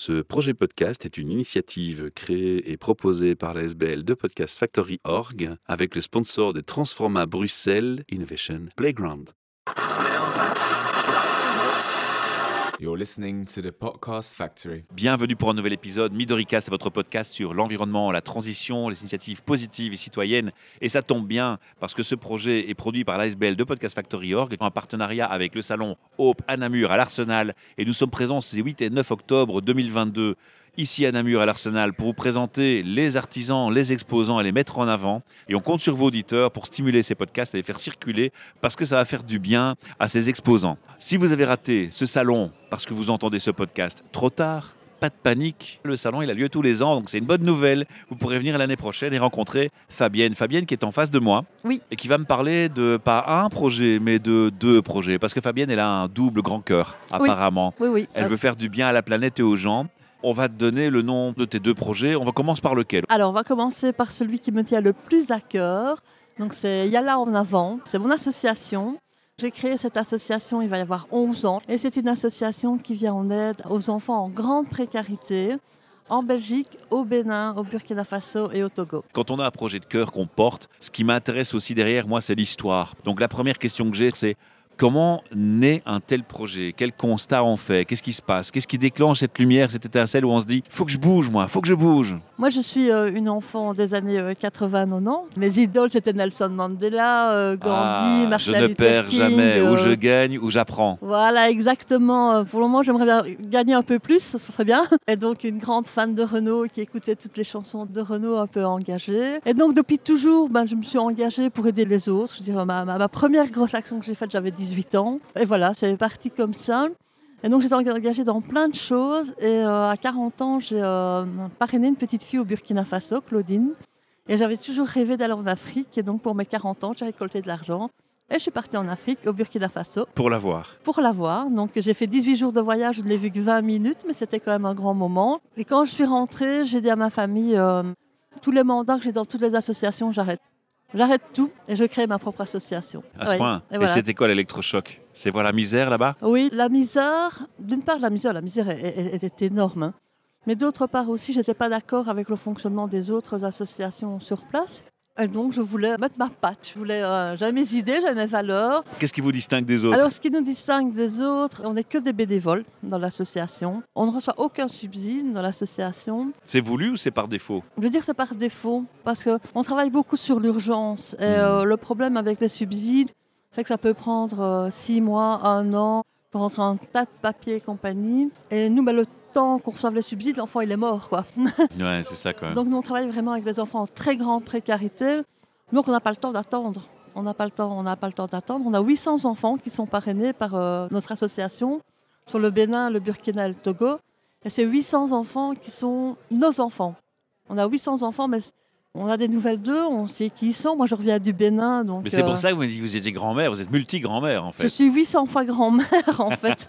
Ce projet podcast est une initiative créée et proposée par la SBL de Podcast Factory Org avec le sponsor de Transforma Bruxelles Innovation Playground. You're listening to the Podcast Factory. Bienvenue pour un nouvel épisode. Midoricast est votre podcast sur l'environnement, la transition, les initiatives positives et citoyennes. Et ça tombe bien parce que ce projet est produit par l'ASBL de Podcast Factory Org en partenariat avec le salon Hope à Namur à l'Arsenal. Et nous sommes présents ces 8 et 9 octobre 2022 ici à Namur à l'Arsenal pour vous présenter les artisans, les exposants et les mettre en avant. Et on compte sur vos auditeurs pour stimuler ces podcasts et les faire circuler parce que ça va faire du bien à ces exposants. Si vous avez raté ce salon parce que vous entendez ce podcast trop tard, pas de panique. Le salon, il a lieu tous les ans, donc c'est une bonne nouvelle. Vous pourrez venir l'année prochaine et rencontrer Fabienne. Fabienne qui est en face de moi. Oui. Et qui va me parler de, pas un projet, mais de 2 projets. Parce que Fabienne, elle a un double grand cœur, apparemment. Oui. Elle veut faire du bien à la planète et aux gens. On va te donner le nom de tes 2 projets. On va commencer par lequel ? Alors, on va commencer par celui qui me tient le plus à cœur. Donc, c'est Yalla en avant. C'est mon association. J'ai créé cette association, il va y avoir 11 ans. Et c'est une association qui vient en aide aux enfants en grande précarité en Belgique, au Bénin, au Burkina Faso et au Togo. Quand on a un projet de cœur qu'on porte, ce qui m'intéresse aussi derrière moi, c'est l'histoire. Donc la première question que j'ai, c'est comment naît un tel projet ? Quel constat on fait ? Qu'est-ce qui se passe ? Qu'est-ce qui déclenche cette lumière, cette étincelle où on se dit « faut que je bouge, moi, faut que je bouge ». Moi, je suis une enfant des années 80-90. Mes idoles, c'était Nelson Mandela, Gandhi, Martin Je ne Luther perds King, jamais, ou je gagne, ou j'apprends. Voilà, exactement. Pour le moment, j'aimerais bien gagner un peu plus, ce serait bien. Et donc, une grande fan de Renaud qui écoutait toutes les chansons de Renaud, un peu engagée. Et donc, depuis toujours, je me suis engagée pour aider les autres. Je dirais, ma première grosse action que j'ai faite, j'avais 18 ans. Et voilà, c'est parti comme ça. Et donc, j'étais engagée dans plein de choses. Et à 40 ans, j'ai parrainé une petite fille au Burkina Faso, Claudine. Et j'avais toujours rêvé d'aller en Afrique. Et donc, pour mes 40 ans, j'ai récolté de l'argent. Et je suis partie en Afrique, au Burkina Faso. Pour la voir. Pour la voir. Donc, j'ai fait 18 jours de voyage. Je ne l'ai vue que 20 minutes, mais c'était quand même un grand moment. Et quand je suis rentrée, j'ai dit à ma famille, tous les mandats que j'ai dans toutes les associations, j'arrête. J'arrête tout et je crée ma propre association. À ce point. Et Et voilà. c'était quoi l'électrochoc ? C'est voir la misère là-bas ? Oui, la misère, d'une part la misère elle est énorme. Hein. Mais d'autre part aussi, je n'étais pas d'accord avec le fonctionnement des autres associations sur place. Et donc, je voulais mettre ma patte. J'avais mes idées, j'avais mes valeurs. Qu'est-ce qui vous distingue des autres ? Alors, ce qui nous distingue des autres, on n'est que des bénévoles dans l'association. On ne reçoit aucun subside dans l'association. C'est voulu ou c'est par défaut ? Je veux dire que c'est par défaut, parce qu'on travaille beaucoup sur l'urgence. Et le problème avec les subsides, c'est que ça peut prendre 6 mois, 1 an, pour rentrer un tas de papiers et compagnie. Et nous, le temps qu'on reçoive les subsides, l'enfant, il est mort, quoi. Ouais, c'est ça quand même. Donc, nous, on travaille vraiment avec les enfants en très grande précarité. Donc, on n'a pas le temps d'attendre. On n'a pas le temps d'attendre. On a 800 enfants qui sont parrainés par notre association sur le Bénin, le Burkina et le Togo. Et ces 800 enfants qui sont nos enfants. On a 800 enfants, mais on a des nouvelles d'eux, on sait qui ils sont. Moi, je reviens du Bénin. Donc, Mais c'est pour ça que vous dites que vous étiez grand-mère, vous êtes multi-grand-mère en fait. je suis 800 fois grand-mère, en fait.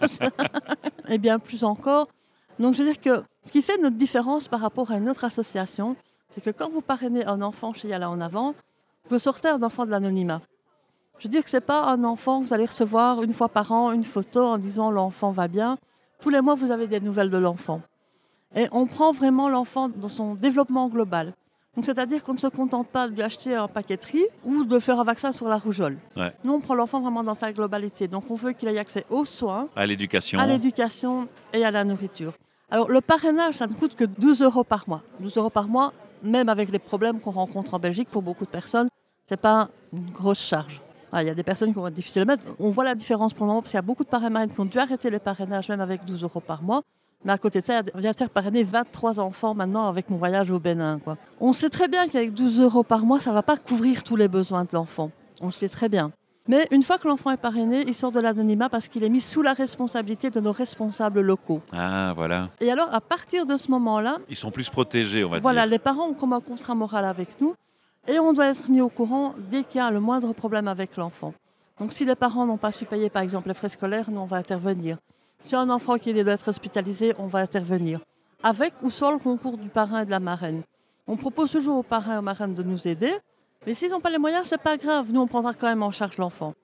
Et bien plus encore. Donc, je veux dire que ce qui fait notre différence par rapport à une autre association, c'est que quand vous parrainez un enfant chez Yalla en avant, vous sortez un enfant de l'anonymat. Je veux dire que ce n'est pas un enfant que vous allez recevoir une fois par an, une photo en disant l'enfant va bien. Tous les mois, vous avez des nouvelles de l'enfant. Et on prend vraiment l'enfant dans son développement global. Donc, c'est-à-dire qu'on ne se contente pas de lui acheter un paqueterie ou de faire un vaccin sur la rougeole. Ouais. Nous, on prend l'enfant vraiment dans sa globalité. Donc, on veut qu'il ait accès aux soins, À l'éducation. à l'éducation et à la nourriture. Alors, le parrainage, ça ne coûte que 12 € par mois. 12 € par mois, même avec les problèmes qu'on rencontre en Belgique pour beaucoup de personnes, ce n'est pas une grosse charge. Il y a des personnes qui vont être difficiles à mettre. On voit la différence pour le moment parce qu'il y a beaucoup de parrains qui ont dû arrêter les parrainages même avec 12 € par mois. Mais à côté de ça, il y a parrainé 23 enfants maintenant avec mon voyage au Bénin, quoi. On sait très bien qu'avec 12 € par mois, ça ne va pas couvrir tous les besoins de l'enfant. On le sait très bien. Mais une fois que l'enfant est parrainé, il sort de l'anonymat parce qu'il est mis sous la responsabilité de nos responsables locaux. Ah, voilà. Et alors, à partir de ce moment-là, Ils sont plus protégés, on va voilà, dire. les parents ont comme un contrat moral avec nous et on doit être mis au courant dès qu'il y a le moindre problème avec l'enfant. Donc, si les parents n'ont pas su payer, par exemple, les frais scolaires, nous, on va intervenir. Si un enfant qui doit être hospitalisé, on va intervenir. Avec ou sans le concours du parrain et de la marraine. On propose toujours aux parrains et aux marraines de nous aider. Mais s'ils n'ont pas les moyens, ce n'est pas grave. Nous, on prendra quand même en charge l'enfant.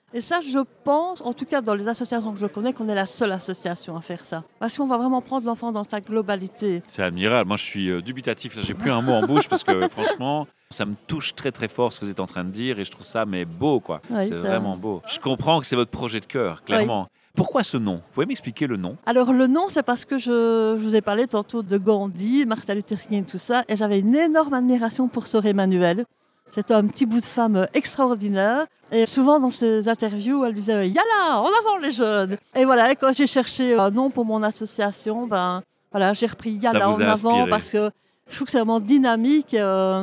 Et ça, je pense, en tout cas dans les associations que je connais, qu'on est la seule association à faire ça. Parce qu'on va vraiment prendre l'enfant dans sa globalité. C'est admirable. Moi, je suis dubitatif. Là, j'ai plus un mot en bouche parce que franchement, ça me touche très très fort ce que vous êtes en train de dire et je trouve ça beau, quoi. Oui, c'est ça- vraiment beau. Je comprends que c'est votre projet de cœur, clairement. Pourquoi ce nom? Vous pouvez m'expliquer le nom? Alors le nom, c'est parce que je vous ai parlé tantôt de Gandhi, Martin Luther King, tout ça, et j'avais une énorme admiration pour Sœur Emmanuelle. J'étais un petit bout de femme extraordinaire. Et souvent dans ses interviews, elle disait « Yalla, en avant les jeunes !» Et voilà, et quand j'ai cherché un nom pour mon association, voilà, j'ai repris Yalla vous en a avant inspiré. parce que je trouve que c'est vraiment dynamique.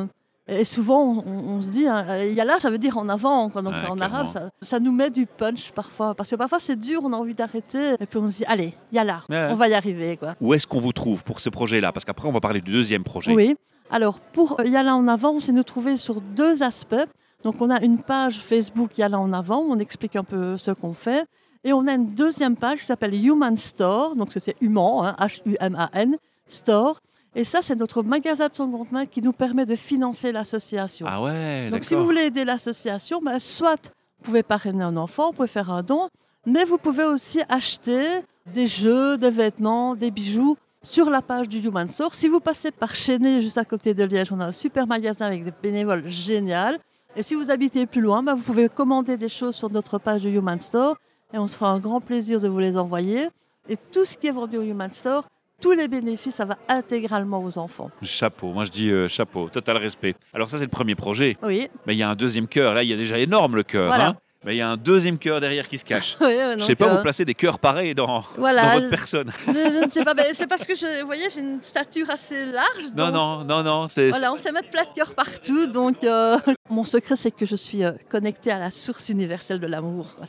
Et souvent, on se dit Yalla, ça veut dire en avant, quoi. Donc Ouais, c'est en clairement. arabe, ça nous met du punch parfois. Parce que parfois c'est dur, on a envie d'arrêter. Et puis on se dit allez, Yalla, Ouais. on va y arriver, quoi. Où est-ce qu'on vous trouve pour ce projet-là? Parce qu'après, on va parler du deuxième projet. Oui. Alors, pour Yalla en avant, on s'est nous trouvé sur 2 aspects. Donc, on a une page Facebook Yalla en avant, où on explique un peu ce qu'on fait. Et on a une deuxième page qui s'appelle Human Store. Donc, c'est human, hein, Human, Store. Et ça, c'est notre magasin de seconde main qui nous permet de financer l'association. Ah ouais, Donc, si vous voulez aider l'association, soit vous pouvez parrainer un enfant, vous pouvez faire un don, mais vous pouvez aussi acheter des jeux, des vêtements, des bijoux sur la page du Human Store. Si vous passez par Chénet, juste à côté de Liège, on a un super magasin avec des bénévoles génial. Et si vous habitez plus loin, vous pouvez commander des choses sur notre page du Human Store et on se fera un grand plaisir de vous les envoyer. Et tout ce qui est vendu au Human Store, tous les bénéfices, ça va intégralement aux enfants. Chapeau, moi je dis chapeau, total respect. Alors ça c'est le premier projet, Oui. mais il y a un deuxième cœur, là il y a déjà énorme le cœur, Voilà. hein. Mais il y a un deuxième cœur derrière qui se cache. Oui, Je ne donc, sais pas, vous placez des cœurs pareils dans voilà, votre personne. je ne sais pas, mais c'est parce que vous voyez, j'ai une stature assez large. Non, donc, non, c'est... Voilà, on sait mettre plein de cœurs partout. Donc, mon secret, c'est que je suis connectée à la source universelle de l'amour, quoi.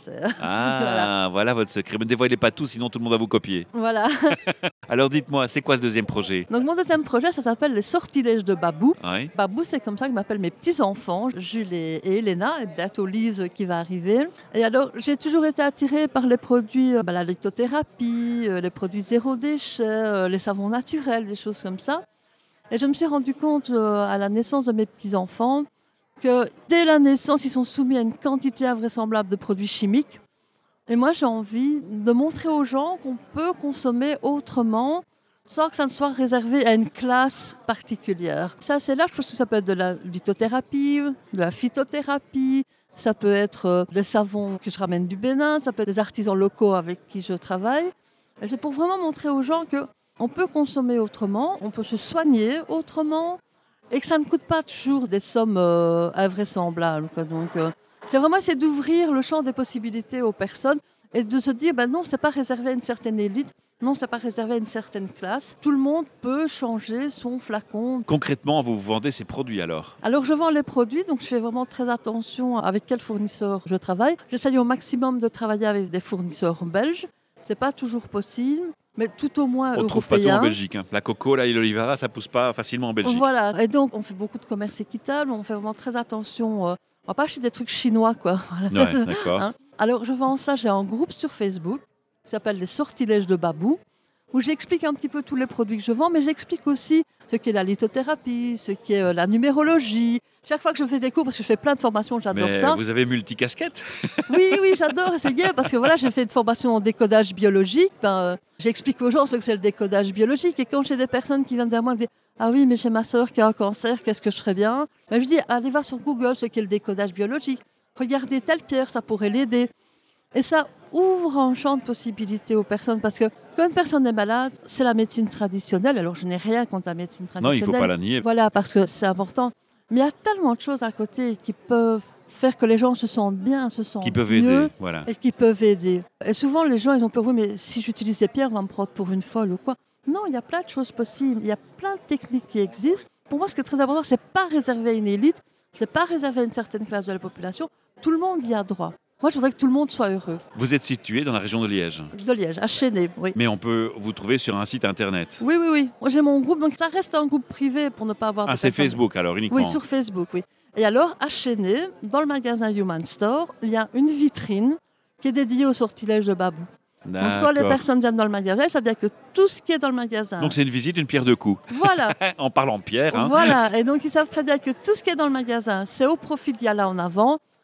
Ah, voilà votre secret. Ne dévoilez pas tout, sinon tout le monde va vous copier. Voilà. Alors dites-moi, c'est quoi ce deuxième projet? Donc, mon deuxième projet, ça s'appelle les sortilèges de Babou. Oui. Babou, c'est comme ça que m'appellent mes petits-enfants, Jules et Elena, et bientôt Lise qui va arriver. Et alors, j'ai toujours été attirée par les produits, la lithothérapie, les produits zéro déchet, les savons naturels, des choses comme ça. Et je me suis rendu compte à la naissance de mes petits-enfants que dès la naissance, ils sont soumis à une quantité invraisemblable de produits chimiques. Et moi, j'ai envie de montrer aux gens qu'on peut consommer autrement sans que ça ne soit réservé à une classe particulière. C'est assez large parce que ça peut être de la lithothérapie, de la phytothérapie, ça peut être des savons que je ramène du Bénin, ça peut être des artisans locaux avec qui je travaille. Et c'est pour vraiment montrer aux gens qu'on peut consommer autrement, on peut se soigner autrement et que ça ne coûte pas toujours des sommes invraisemblables, quoi. Donc, c'est vraiment essayer d'ouvrir le champ des possibilités aux personnes et de se dire, non, ce n'est pas réservé à une certaine élite, non, ce n'est pas réservé à une certaine classe. Tout le monde peut changer son flacon. Concrètement, vous vendez ces produits alors? Alors, je vends les produits, donc je fais vraiment très attention avec quel fournisseur je travaille. J'essaye au maximum de travailler avec des fournisseurs belges. Ce n'est pas toujours possible, mais tout au moins On ne trouve pas tout européens. en Belgique, hein. La coco, là, et l'olivara, ça ne pousse pas facilement en Belgique. Voilà, et donc on fait beaucoup de commerce équitable, on fait vraiment très attention. On va pas acheter des trucs chinois, quoi. Voilà. Ouais, d'accord. Hein. Alors je vends ça, j'ai un groupe sur Facebook qui s'appelle les sortilèges de Babou, où j'explique un petit peu tous les produits que je vends, mais j'explique aussi ce qu'est la lithothérapie, ce qu'est la numérologie. Chaque fois que je fais des cours, parce que je fais plein de formations, j'adore Mais ça. vous avez multicasquette? Oui, j'adore essayer parce que voilà, j'ai fait une formation en décodage biologique. J'explique aux gens ce que c'est le décodage biologique. Et quand j'ai des personnes qui viennent vers moi et me disent ah oui, mais j'ai ma sœur qui a un cancer, qu'est-ce que je ferais bien? Je dis allez va sur Google ce qu'est le décodage biologique. Regardez telle pierre, ça pourrait l'aider. Et ça ouvre un champ de possibilités aux personnes parce que quand une personne est malade, c'est la médecine traditionnelle. Alors je n'ai rien contre la médecine Non, traditionnelle. il ne faut pas la nier. Voilà, parce que c'est important. Mais il y a tellement de choses à côté qui peuvent faire que les gens se sentent bien, se sentent Qui peuvent mieux aider, voilà. et qui peuvent aider. Et souvent, les gens, ils ont peur, oui, mais si j'utilise ces pierres, on va me prendre pour une folle ou quoi. Non, il y a plein de choses possibles. Il y a plein de techniques qui existent. Pour moi, ce qui est très important, c'est pas réservé à une élite, c'est pas réservé à une certaine classe de la population. Tout le monde y a droit. Moi, je voudrais que tout le monde soit heureux. Vous êtes situé dans la région de Liège, De Liège, à Chénet, oui. mais on peut vous trouver sur un site internet. Oui. Moi, j'ai mon groupe, donc ça reste un groupe privé pour ne pas avoir de Ah, c'est personnes. Facebook alors uniquement. Oui, sur Facebook, oui. Et alors, à Chénet, dans le magasin Human Store, il y a une vitrine qui est dédiée au sortilège de Babou. Donc, quand les D'accord. personnes viennent dans le magasin, elles savent bien que tout ce qui est dans le magasin... Donc c'est une visite, une pierre deux coups. Voilà, En parlant de pierre, hein. voilà. Et donc, ils savent très bien que tout ce qui est dans le magasin, c'est au profit d'Yalla en avant.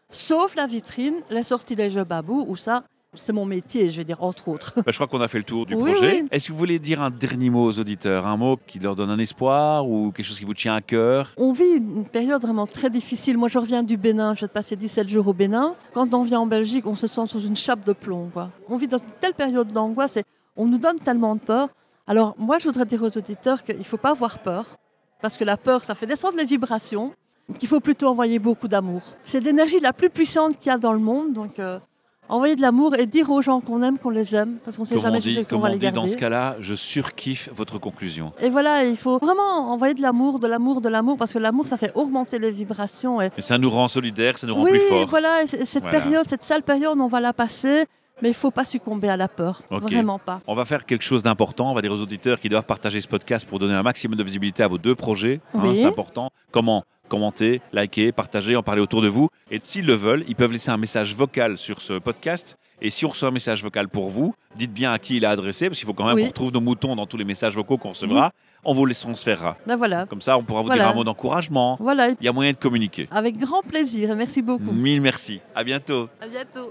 sauf la vitrine, les sortilèges babou, où ça, c'est mon métier, je vais dire, entre autres. Je crois qu'on a fait le tour du Oui, projet. oui. Est-ce que vous voulez dire un dernier mot aux auditeurs, un mot qui leur donne un espoir ou quelque chose qui vous tient à cœur? On vit une période vraiment très difficile. Moi, je reviens du Bénin, je vais passer 17 jours au Bénin. Quand on vient en Belgique, on se sent sous une chape de plomb, quoi. On vit dans une telle période d'angoisse et on nous donne tellement de peur. Alors, moi, je voudrais dire aux auditeurs qu'il ne faut pas avoir peur, parce que la peur, ça fait descendre les vibrations, qu'il faut plutôt envoyer beaucoup d'amour. C'est l'énergie la plus puissante qu'il y a dans le monde, donc envoyer de l'amour et dire aux gens qu'on aime, qu'on les aime, parce qu'on ne sait jamais jusqu'à quand on va les garder. Dans ce cas-là, je surkiffe votre conclusion. Et voilà, il faut vraiment envoyer de l'amour, parce que l'amour, ça fait augmenter les vibrations. Et ça nous rend solidaires, ça nous rend oui, plus forts. Voilà, cette période, cette sale période, on va la passer, mais il ne faut pas succomber à la peur, vraiment pas. On va faire quelque chose d'important, on va dire aux auditeurs qui doivent partager ce podcast pour donner un maximum de visibilité à vos 2 projets. Oui. C'est important. Comment? Commenter, liker, partager, en parler autour de vous. Et s'ils le veulent, ils peuvent laisser un message vocal sur ce podcast. Et si on reçoit un message vocal pour vous, dites bien à qui il est adressé, parce qu'il faut quand même qu'on retrouve nos moutons dans tous les messages vocaux qu'on recevra. On vous les transférera. Ben voilà. Comme ça, on pourra vous dire un mot d'encouragement. Voilà. Il y a moyen de communiquer. Avec grand plaisir. Et merci beaucoup. Mille merci. À bientôt. À bientôt.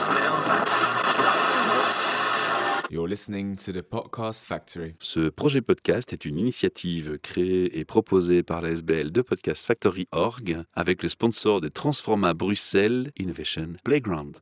You're listening to the Podcast Factory. Ce projet podcast est une initiative créée et proposée par la SBL de Podcast Factory Org avec le sponsor de Transforma Bruxelles Innovation Playground.